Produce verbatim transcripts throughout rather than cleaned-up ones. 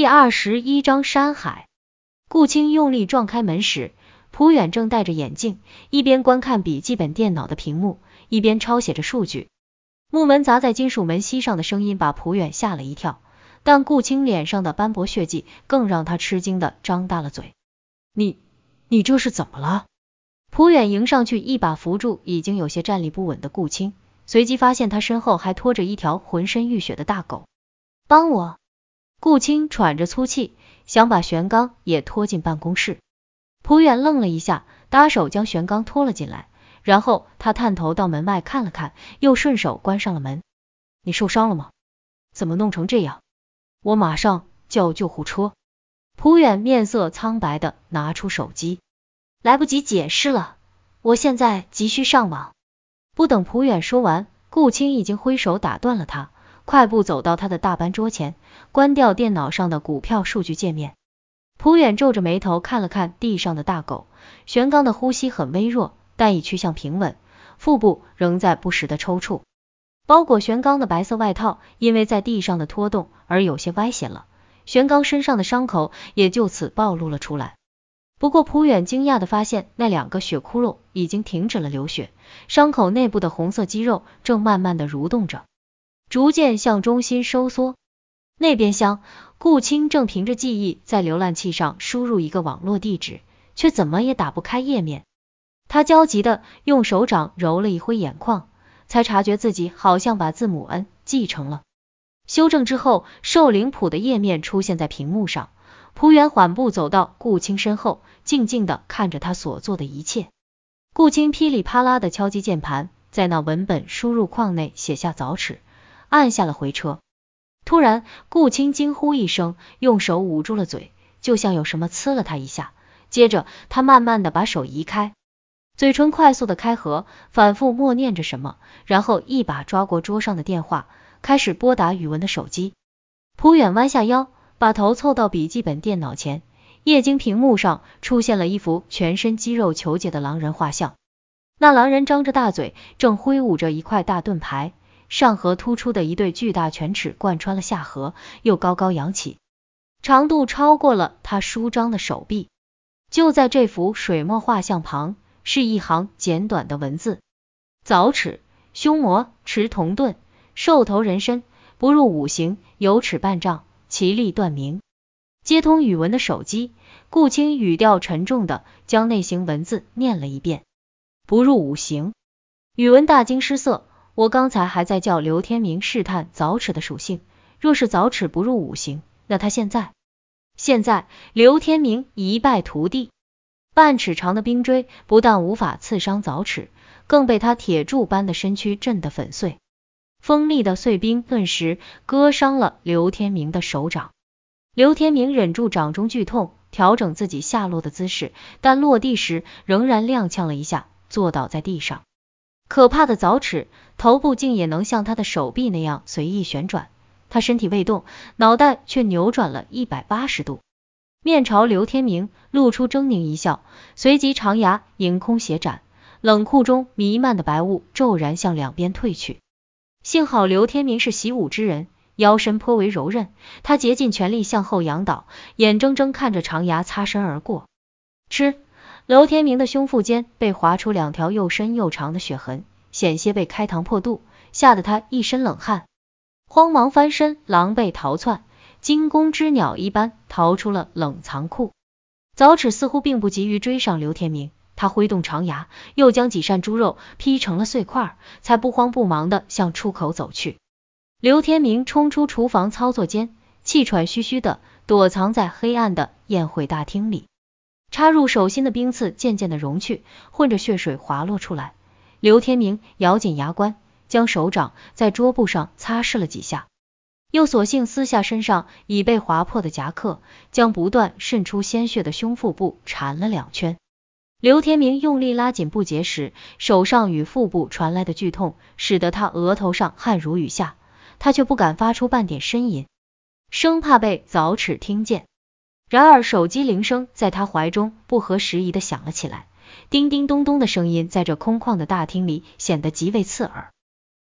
第二十一章山海。顾青用力撞开门时，朴远正戴着眼镜，一边观看笔记本电脑的屏幕，一边抄写着数据。木门砸在金属门隙上的声音把朴远吓了一跳，但顾青脸上的斑驳血迹更让他吃惊的张大了嘴。你你这是怎么了？朴远迎上去一把扶住已经有些站立不稳的顾青，随即发现他身后还拖着一条浑身浴血的大狗。帮我！顾青喘着粗气，想把玄刚也拖进办公室。朴远愣了一下，搭手将玄刚拖了进来，然后他探头到门外看了看，又顺手关上了门。你受伤了吗？怎么弄成这样？我马上叫救护车。朴远面色苍白的拿出手机。来不及解释了，我现在急需上网。不等朴远说完，顾青已经挥手打断了他，快步走到他的大班桌前，关掉电脑上的股票数据界面。朴远皱着眉头看了看地上的大狗，玄刚的呼吸很微弱，但已趋向平稳，腹部仍在不时的抽搐。包裹玄刚的白色外套因为在地上的拖动而有些歪斜了，玄刚身上的伤口也就此暴露了出来。不过朴远惊讶的发现，那两个血窟窿已经停止了流血，伤口内部的红色肌肉正慢慢的蠕动着，逐渐向中心收缩。那边厢，顾青正凭着记忆在浏览器上输入一个网络地址，却怎么也打不开页面。他焦急的用手掌揉了一回眼眶，才察觉自己好像把字母 N 记成了。修正之后，受领谱的页面出现在屏幕上。朴远缓步走到顾青身后，静静的看着他所做的一切。顾青噼里啪啦的敲击键盘，在那文本输入框内写下早齿，按下了回车。突然，顾青惊呼一声，用手捂住了嘴，就像有什么呲了他一下。接着，他慢慢的把手移开，嘴唇快速的开合，反复默念着什么，然后一把抓过桌上的电话，开始拨打宇文的手机。朴远弯下腰，把头凑到笔记本电脑前，液晶屏幕上出现了一幅全身肌肉虬结的狼人画像。那狼人张着大嘴，正挥舞着一块大盾牌，上颌突出的一对巨大犬齿贯穿了下颌，又高高扬起，长度超过了他舒张的手臂。就在这幅水墨画像旁，是一行简短的文字：早齿，凶魔，持铜盾，兽头人身，不入五行，有齿半丈，其力断明。接通宇文的手机，顾青语调沉重的将那行文字念了一遍。不入五行。宇文大惊失色，我刚才还在叫刘天明试探早齿的属性，若是早齿不入五行，那他现在现在刘天明一败涂地。半尺长的冰锥不但无法刺伤早齿，更被他铁柱般的身躯震得粉碎。锋利的碎冰顿时割伤了刘天明的手掌。刘天明忍住掌中剧痛，调整自己下落的姿势，但落地时仍然踉跄了一下，坐倒在地上。可怕的早齿，头部竟也能像他的手臂那样随意旋转，他身体未动，脑袋却扭转了一百八十度，面朝刘天明，露出狰狞一笑，随即长牙迎空斜展，冷酷中弥漫的白雾骤然向两边退去。幸好刘天明是习武之人，腰身颇为柔韧，他竭尽全力向后仰倒，眼睁睁看着长牙擦身而过。吃！刘天明的胸腹间被划出两条又深又长的血痕，险些被开膛破肚，吓得他一身冷汗，慌忙翻身，狼狈逃窜，惊弓之鸟一般逃出了冷藏库。早齿似乎并不急于追上刘天明，他挥动长牙，又将几扇猪肉劈成了碎块，才不慌不忙地向出口走去。刘天明冲出厨房操作间，气喘吁吁地躲藏在黑暗的宴会大厅里。插入手心的冰刺渐渐地融去，混着血水滑落出来。刘天明咬紧牙关，将手掌在桌布上擦拭了几下，又索性撕下身上已被划破的夹克，将不断渗出鲜血的胸腹部缠了两圈。刘天明用力拉紧布结时，手上与腹部传来的剧痛使得他额头上汗如雨下，他却不敢发出半点呻吟，生怕被早齿听见。然而手机铃声在他怀中不合时宜的响了起来，叮叮咚咚的声音在这空旷的大厅里显得极为刺耳。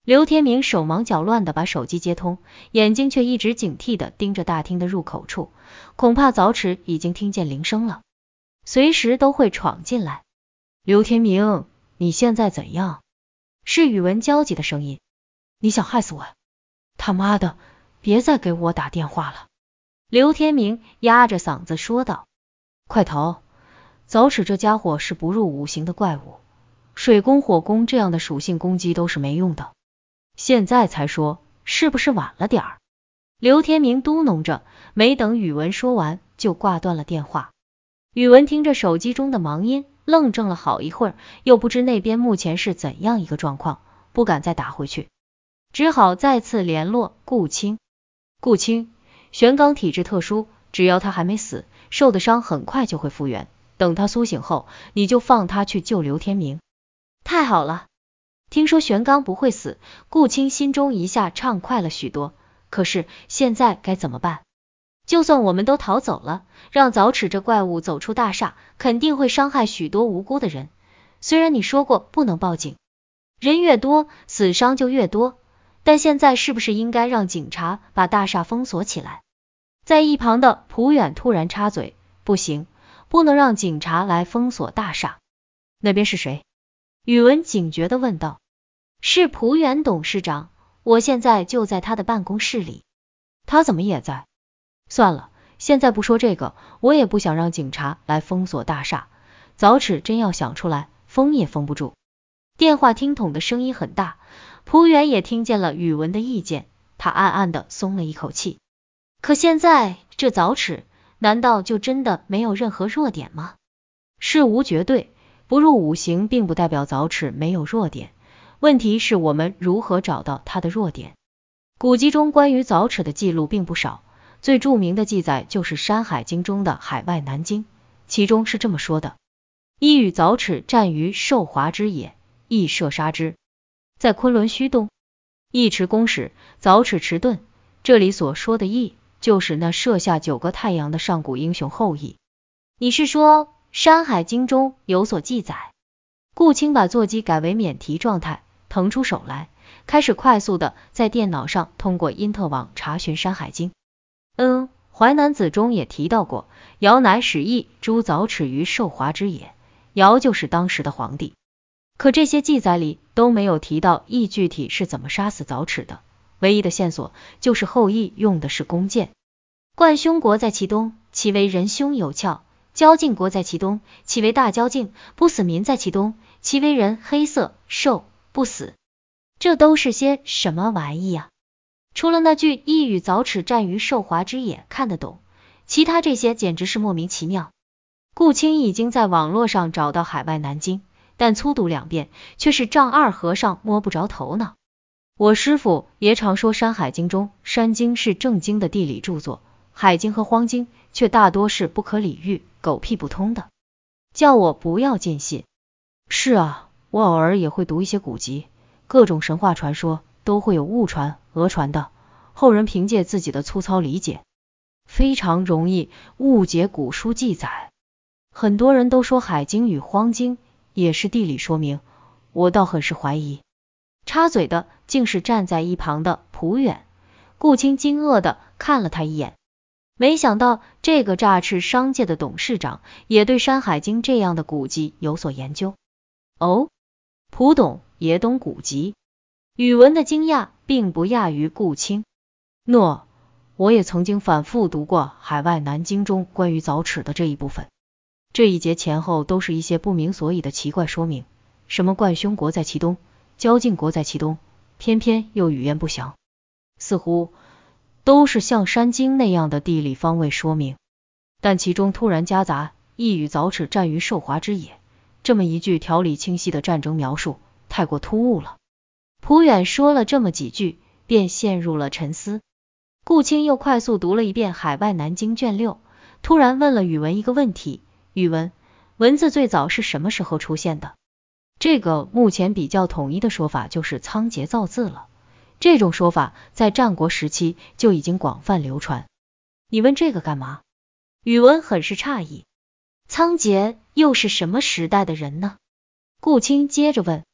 刘天明手忙脚乱地把手机接通，眼睛却一直警惕地盯着大厅的入口处，恐怕早齿已经听见铃声了，随时都会闯进来。刘天明，你现在怎样？是宇文焦急的声音。你想害死我？他妈的，别再给我打电话了。刘天明压着嗓子说道。快逃！早齿这家伙是不入五行的怪物，水攻火攻这样的属性攻击都是没用的。现在才说，是不是晚了点儿？刘天明嘟哝着，没等宇文说完就挂断了电话。宇文听着手机中的忙音，愣怔了好一会儿，又不知那边目前是怎样一个状况，不敢再打回去，只好再次联络顾青。顾青，玄刚体质特殊，只要他还没死，受的伤很快就会复原，等他苏醒后，你就放他去救刘天明。太好了！听说玄刚不会死，顾青心中一下畅快了许多。可是现在该怎么办？就算我们都逃走了，让早齿这怪物走出大厦，肯定会伤害许多无辜的人。虽然你说过不能报警，人越多死伤就越多，但现在是不是应该让警察把大厦封锁起来？在一旁的蒲远突然插嘴，不行，不能让警察来封锁大厦。那边是谁？宇文警觉地问道。是蒲远董事长，我现在就在他的办公室里。他怎么也在？算了，现在不说这个，我也不想让警察来封锁大厦，早齿真要想出来，封也封不住。电话听筒的声音很大，蒲远也听见了宇文的意见，他暗暗的松了一口气。可现在这早齿难道就真的没有任何弱点吗？事无绝对，不入五行并不代表早齿没有弱点，问题是我们如何找到他的弱点。古籍中关于早齿的记录并不少，最著名的记载就是《山海经》中的海外南经，其中是这么说的：一与早齿战于寿华之野，亦射杀之。在昆仑虚洞，羿持弓矢，早齿持盾。这里所说的羿，就是那射下九个太阳的上古英雄后羿。你是说《山海经》中有所记载？顾青把座机改为免提状态，腾出手来，开始快速的在电脑上通过因特网查询《山海经》。嗯，淮南子中也提到过，尧乃使羿诛早齿于寿华之野，尧就是当时的皇帝。可这些记载里都没有提到羿具体是怎么杀死早齿的，唯一的线索就是后羿用的是弓箭。冠凶国在其东，其为人凶有窍；焦晋国在其东，其为大焦晋；不死民在其东，其为人黑色寿不死。这都是些什么玩意啊？除了那句羿与早齿战于寿华之野看得懂，其他这些简直是莫名其妙。顾青已经在网络上找到海外南经，但粗读两遍却是丈二和尚摸不着头脑。我师父也常说《山海经》中山经是正经的地理著作，海经和荒经却大多是不可理喻、狗屁不通的，叫我不要尽信。是啊，我偶尔也会读一些古籍，各种神话传说都会有误传、讹传的，后人凭借自己的粗糙理解，非常容易误解古书记载。很多人都说海经与荒经也是地理说明，我倒很是怀疑。插嘴的竟是站在一旁的蒲远，顾青惊愕的看了他一眼，没想到这个诈斥商界的董事长也对《山海经》这样的古籍有所研究。哦，蒲董也懂古籍？宇文的惊讶并不亚于顾青。诺，我也曾经反复读过海外南经中关于早齿的这一部分，这一节前后都是一些不明所以的奇怪说明，什么冠凶国在其东，焦晋国在其东，偏偏又语言不详，似乎都是像山经那样的地理方位说明，但其中突然夹杂羿与早齿战于寿华之野，这么一句条理清晰的战争描述，太过突兀了。蒲远说了这么几句，便陷入了沉思。顾青又快速读了一遍海外南经卷六，突然问了宇文一个问题：宇文，文字最早是什么时候出现的？这个目前比较统一的说法就是仓颉造字了，这种说法在战国时期就已经广泛流传。你问这个干嘛？宇文很是诧异。仓颉又是什么时代的人呢？顾青接着问。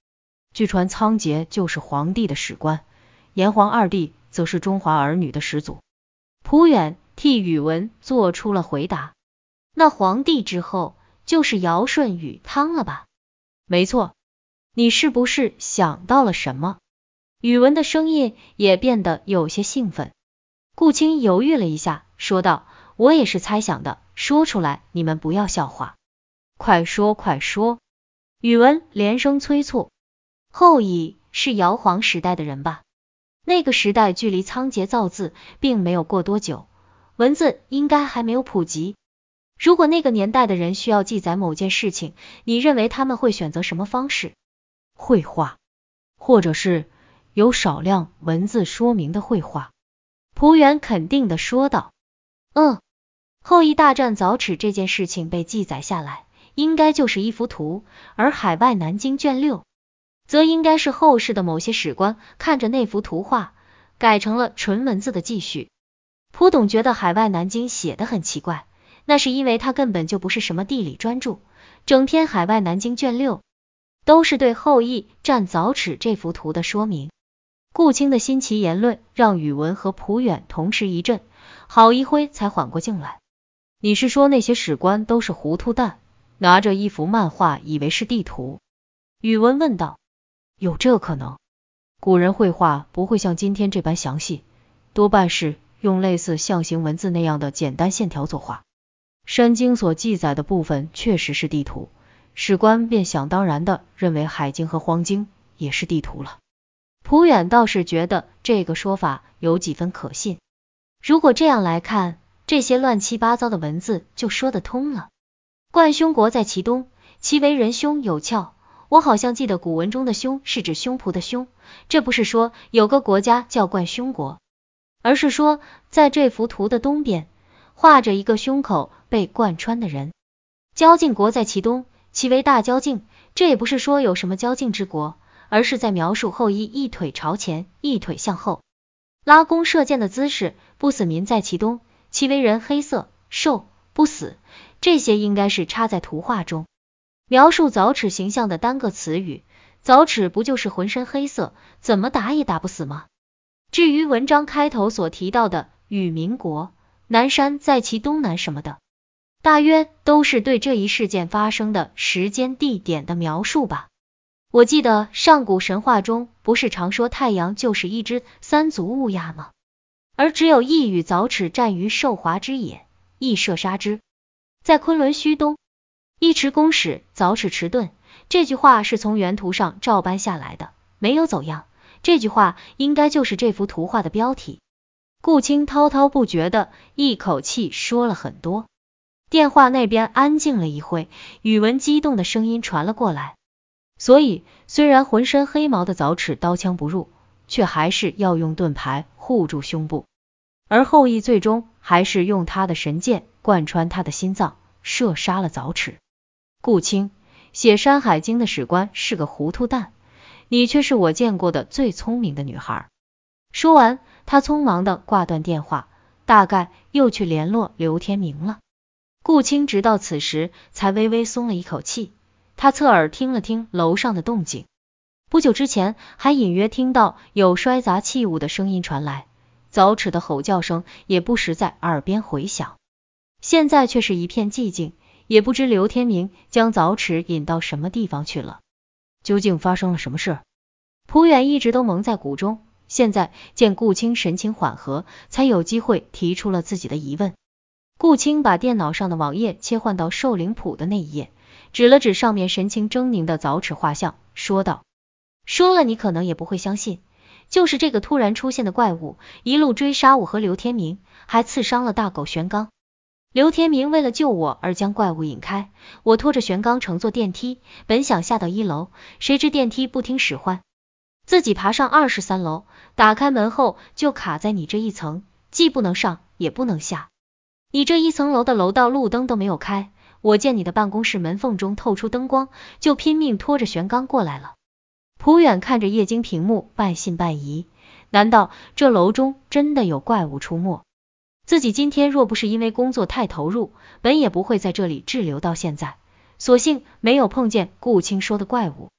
据传仓颉就是皇帝的史官，炎黄二帝则是中华儿女的始祖。蒲远替宇文做出了回答。那皇帝之后就是尧舜禹汤了吧？没错。你是不是想到了什么？宇文的声音也变得有些兴奋。顾青犹豫了一下，说道，我也是猜想的，说出来你们不要笑话。快说快说。宇文连声催促。后羿是尧皇时代的人吧？那个时代距离仓颉造字并没有过多久，文字应该还没有普及。如果那个年代的人需要记载某件事情，你认为他们会选择什么方式？绘画，或者是有少量文字说明的绘画。蒲远肯定地说道。嗯，后羿大战枣齿这件事情被记载下来，应该就是一幅图，而海外南经卷六则应该是后世的某些史官看着那幅图画改成了纯文字的记叙。蒲董觉得海外南经写得很奇怪，那是因为他根本就不是什么地理专著，整篇海外南经卷六都是对后羿战枣齿这幅图的说明。顾青的新奇言论让宇文和蒲远同时一震，好一会才缓过劲来。你是说那些史官都是糊涂蛋，拿着一幅漫画以为是地图？宇文问道。有这可能，古人绘画不会像今天这般详细，多半是用类似象形文字那样的简单线条作画。山经所记载的部分确实是地图，史官便想当然的认为海经和荒经也是地图了。蒲远倒是觉得这个说法有几分可信。如果这样来看，这些乱七八糟的文字就说得通了。冠胸国在其东，其为人胸有窍。我好像记得古文中的胸是指胸脯的胸，这不是说有个国家叫冠胸国，而是说在这幅图的东边画着一个胸口被贯穿的人。交晋国在其东，其为大交晋，这也不是说有什么交晋之国，而是在描述后羿一腿朝前，一腿向后拉弓射箭的姿势。不死民在其东，其为人黑色，瘦，不死。这些应该是插在图画中描述枣齿形象的单个词语。枣齿不就是浑身黑色，怎么打也打不死吗？至于文章开头所提到的与民国、南山在其东南什么的，大约都是对这一事件发生的时间地点的描述吧。我记得上古神话中不是常说太阳就是一只三足乌鸦吗？而只有羿与枣齿战于寿华之野，羿射杀之。在昆仑虚东，羿持弓矢，枣齿持盾。这句话是从原图上照搬下来的，没有走样。这句话应该就是这幅图画的标题。顾青滔滔不绝的一口气说了很多。电话那边安静了一会，宇文激动的声音传了过来。所以虽然浑身黑毛的枣齿刀枪不入，却还是要用盾牌护住胸部，而后羿最终还是用他的神剑贯穿他的心脏，射杀了枣齿。顾青，写《山海经》的史官是个糊涂蛋，你却是我见过的最聪明的女孩。说完，他匆忙的挂断电话，大概又去联络刘天明了。顾青直到此时才微微松了一口气，他侧耳听了听楼上的动静，不久之前还隐约听到有摔砸器物的声音传来，枣齿的吼叫声也不时在耳边回响。现在却是一片寂静，也不知刘天明将枣齿引到什么地方去了。究竟发生了什么事？蒲远一直都蒙在鼓中，现在见顾青神情缓和，才有机会提出了自己的疑问。顾青把电脑上的网页切换到寿灵谱的那一页，指了指上面神情狰狞的枣齿画像，说道：说了你可能也不会相信，就是这个突然出现的怪物，一路追杀我和刘天明，还刺伤了大狗玄刚。刘天明为了救我而将怪物引开，我拖着玄刚乘坐电梯，本想下到一楼，谁知电梯不听使唤，自己爬上二十三楼，打开门后就卡在你这一层，既不能上也不能下。你这一层楼的楼道路灯都没有开，我见你的办公室门缝中透出灯光，就拼命拖着玄刚过来了。蒲远看着液晶屏幕，半信半疑，难道这楼中真的有怪物出没？自己今天若不是因为工作太投入，本也不会在这里滞留到现在，所幸没有碰见顾青说的怪物。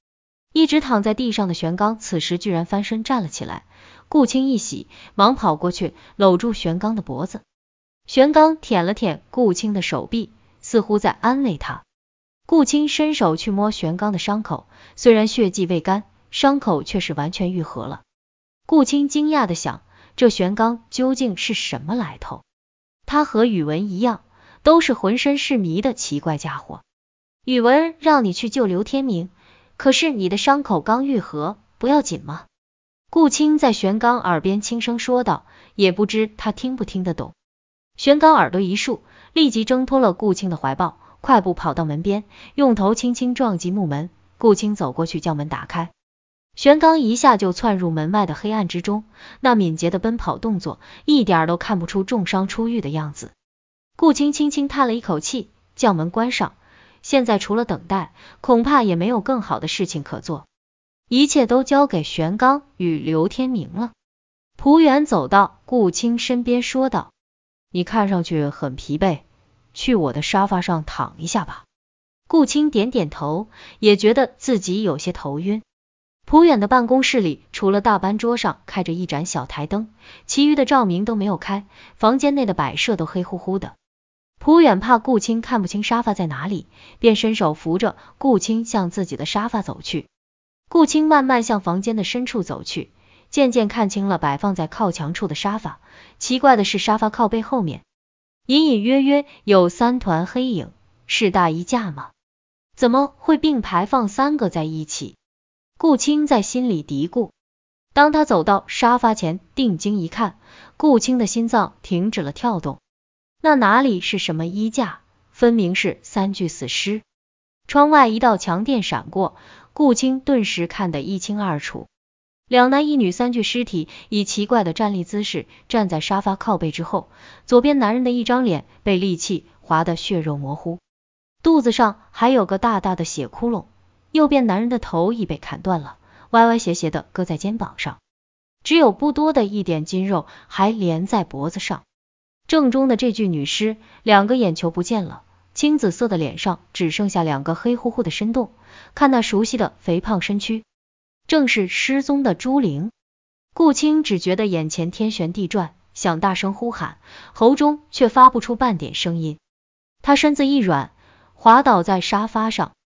一直躺在地上的玄刚此时居然翻身站了起来，顾青一喜，忙跑过去搂住玄刚的脖子。玄刚舔了舔顾青的手臂，似乎在安慰他。顾青伸手去摸玄刚的伤口，虽然血迹未干，伤口却是完全愈合了。顾青惊讶地想，这玄刚究竟是什么来头？他和宇文一样，都是浑身是谜的奇怪家伙。宇文让你去救刘天明，可是你的伤口刚愈合，不要紧吗？顾青在玄刚耳边轻声说道，也不知他听不听得懂。玄刚耳朵一竖，立即挣脱了顾青的怀抱，快步跑到门边，用头轻轻撞击木门。顾青走过去将门打开，玄刚一下就窜入门外的黑暗之中，那敏捷的奔跑动作一点都看不出重伤初愈的样子。顾青轻轻叹了一口气，将门关上，现在除了等待，恐怕也没有更好的事情可做，一切都交给玄刚与刘天明了。蒲远走到顾青身边说道，你看上去很疲惫，去我的沙发上躺一下吧。顾青点点头，也觉得自己有些头晕。蒲远的办公室里除了大班桌上开着一盏小台灯，其余的照明都没有开，房间内的摆设都黑乎乎的。蒲远怕顾青看不清沙发在哪里，便伸手扶着顾青向自己的沙发走去。顾青慢慢向房间的深处走去，渐渐看清了摆放在靠墙处的沙发。奇怪的是，沙发靠背后面隐隐约约有三团黑影，是大衣架吗？怎么会并排放三个在一起？顾青在心里嘀咕。当他走到沙发前定睛一看，顾青的心脏停止了跳动。那哪里是什么衣架，分明是三具死尸。窗外一道强电闪过，顾青顿时看得一清二楚。两男一女三具尸体以奇怪的站立姿势站在沙发靠背之后，左边男人的一张脸被利器划得血肉模糊，肚子上还有个大大的血窟窿，右边男人的头已被砍断了，歪歪斜斜的搁在肩膀上，只有不多的一点筋肉还连在脖子上。正中的这具女尸，两个眼球不见了，青紫色的脸上只剩下两个黑乎乎的深洞，看那熟悉的肥胖身躯，正是失踪的朱玲。顾青只觉得眼前天旋地转，想大声呼喊，喉中却发不出半点声音。他身子一软，滑倒在沙发上，